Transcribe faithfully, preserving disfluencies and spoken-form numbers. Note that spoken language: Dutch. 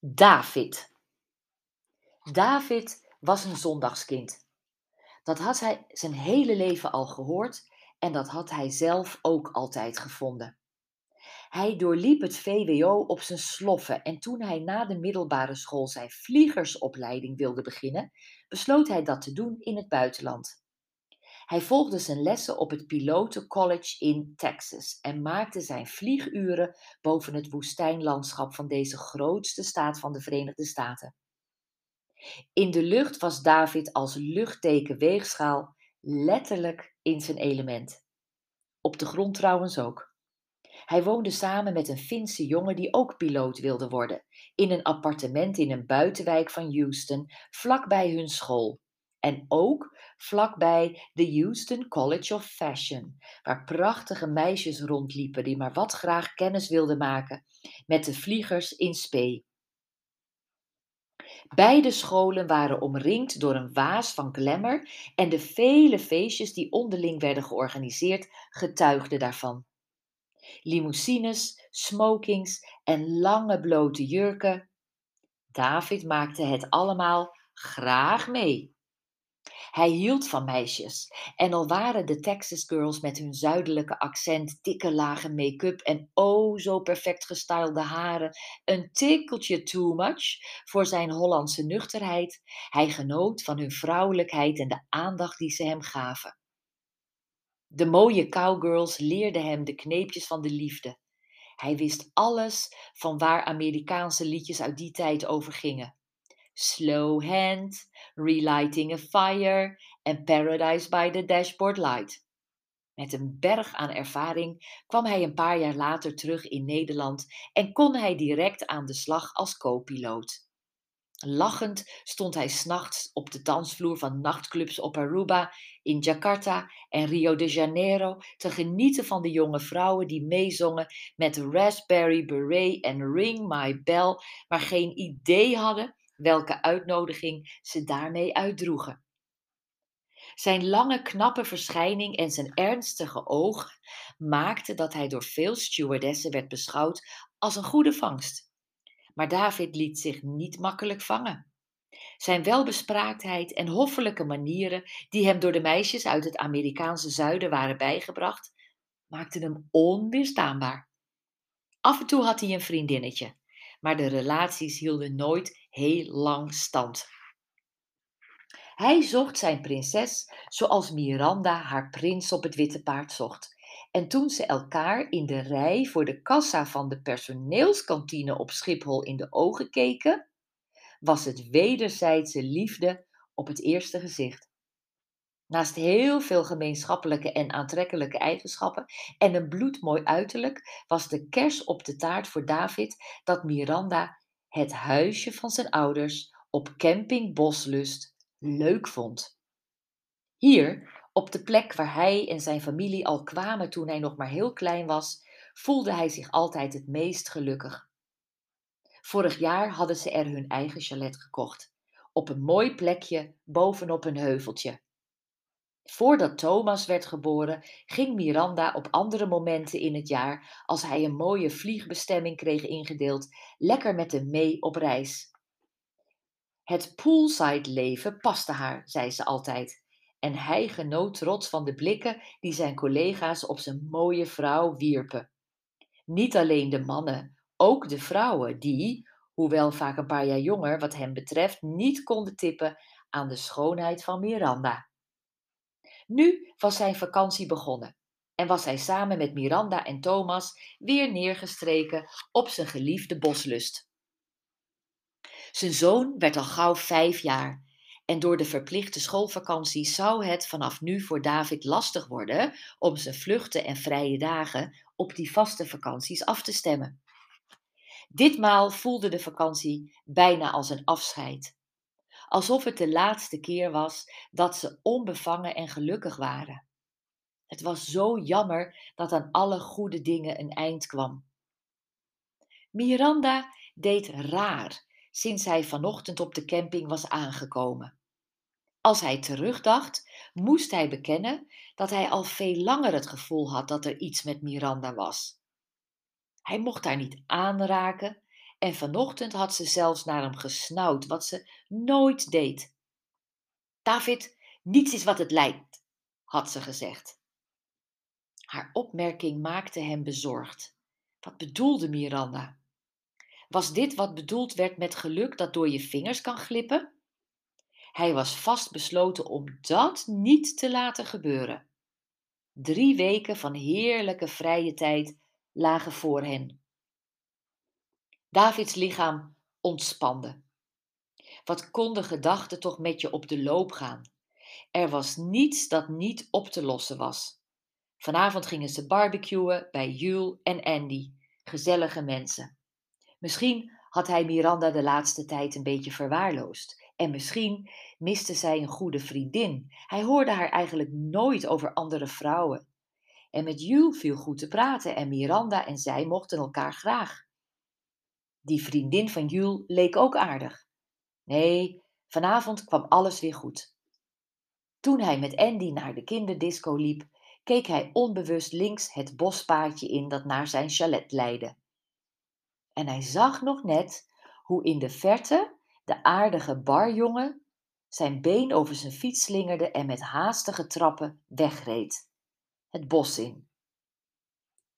David. David was een zondagskind. Dat had hij zijn hele leven al gehoord en dat had hij zelf ook altijd gevonden. Hij doorliep het V W O op zijn sloffen en toen hij na de middelbare school zijn vliegersopleiding wilde beginnen, besloot hij dat te doen in het buitenland. Hij volgde zijn lessen op het pilotencollege in Texas en maakte zijn vlieguren boven het woestijnlandschap van deze grootste staat van de Verenigde Staten. In de lucht was David als luchtteken weegschaal letterlijk in zijn element. Op de grond trouwens ook. Hij woonde samen met een Finse jongen die ook piloot wilde worden, in een appartement in een buitenwijk van Houston, vlakbij hun school. En ook vlakbij de Houston College of Fashion, waar prachtige meisjes rondliepen die maar wat graag kennis wilden maken met de vliegers in spe. Beide scholen waren omringd door een waas van glamour en de vele feestjes die onderling werden georganiseerd getuigden daarvan. Limousines, smokings en lange blote jurken. David maakte het allemaal graag mee. Hij hield van meisjes en al waren de Texas girls met hun zuidelijke accent, dikke lage make-up en oh zo perfect gestylede haren een tikkeltje too much voor zijn Hollandse nuchterheid, hij genoot van hun vrouwelijkheid en de aandacht die ze hem gaven. De mooie cowgirls leerden hem de kneepjes van de liefde. Hij wist alles van waar Amerikaanse liedjes uit die tijd over gingen. Slow Hand, Relighting a Fire en Paradise by the Dashboard Light. Met een berg aan ervaring kwam hij een paar jaar later terug in Nederland en kon hij direct aan de slag als co-piloot. Lachend stond hij 's nachts op de dansvloer van nachtclubs op Aruba, in Jakarta en Rio de Janeiro te genieten van de jonge vrouwen die meezongen met Raspberry Beret en Ring My Bell, maar geen idee hadden welke uitnodiging ze daarmee uitdroegen. Zijn lange, knappe verschijning en zijn ernstige oog maakten dat hij door veel stewardessen werd beschouwd als een goede vangst. Maar David liet zich niet makkelijk vangen. Zijn welbespraaktheid en hoffelijke manieren, die hem door de meisjes uit het Amerikaanse zuiden waren bijgebracht, maakten hem onweerstaanbaar. Af en toe had hij een vriendinnetje, maar de relaties hielden nooit heel lang stand. Hij zocht zijn prinses zoals Miranda haar prins op het witte paard zocht. En toen ze elkaar in de rij voor de kassa van de personeelskantine op Schiphol in de ogen keken, was het wederzijdse liefde op het eerste gezicht. Naast heel veel gemeenschappelijke en aantrekkelijke eigenschappen en een bloedmooi uiterlijk was de kers op de taart voor David dat Miranda het huisje van zijn ouders op camping Boslust leuk vond. Hier, op de plek waar hij en zijn familie al kwamen toen hij nog maar heel klein was, voelde hij zich altijd het meest gelukkig. Vorig jaar hadden ze er hun eigen chalet gekocht, op een mooi plekje bovenop een heuveltje. Voordat Thomas werd geboren, ging Miranda op andere momenten in het jaar, als hij een mooie vliegbestemming kreeg ingedeeld, lekker met hem mee op reis. Het poolside leven paste haar, zei ze altijd, en hij genoot trots van de blikken die zijn collega's op zijn mooie vrouw wierpen. Niet alleen de mannen, ook de vrouwen die, hoewel vaak een paar jaar jonger wat hem betreft, niet konden tippen aan de schoonheid van Miranda. Nu was zijn vakantie begonnen en was hij samen met Miranda en Thomas weer neergestreken op zijn geliefde Boslust. Zijn zoon werd al gauw vijf jaar en door de verplichte schoolvakantie zou het vanaf nu voor David lastig worden om zijn vluchten en vrije dagen op die vaste vakanties af te stemmen. Ditmaal voelde de vakantie bijna als een afscheid. Alsof het de laatste keer was dat ze onbevangen en gelukkig waren. Het was zo jammer dat aan alle goede dingen een eind kwam. Miranda deed raar sinds hij vanochtend op de camping was aangekomen. Als hij terugdacht, moest hij bekennen dat hij al veel langer het gevoel had dat er iets met Miranda was. Hij mocht haar niet aanraken En vanochtend had ze zelfs naar hem gesnauwd, wat ze nooit deed. David, niets is wat het lijkt, had ze gezegd. Haar opmerking maakte hem bezorgd. Wat bedoelde Miranda? Was dit wat bedoeld werd met geluk dat door je vingers kan glippen? Hij was vastbesloten om dat niet te laten gebeuren. Drie weken van heerlijke vrije tijd lagen voor hen. Davids lichaam ontspande. Wat kon de gedachte toch met je op de loop gaan? Er was niets dat niet op te lossen was. Vanavond gingen ze barbecuen bij Jules en Andy, gezellige mensen. Misschien had hij Miranda de laatste tijd een beetje verwaarloosd. En misschien miste zij een goede vriendin. Hij hoorde haar eigenlijk nooit over andere vrouwen. En met Jules viel goed te praten en Miranda en zij mochten elkaar graag. Die vriendin van Jules leek ook aardig. Nee, vanavond kwam alles weer goed. Toen hij met Andy naar de kinderdisco liep, keek hij onbewust links het bospaadje in dat naar zijn chalet leidde. En hij zag nog net hoe in de verte de aardige barjongen zijn been over zijn fiets slingerde en met haastige trappen wegreed. Het bos in,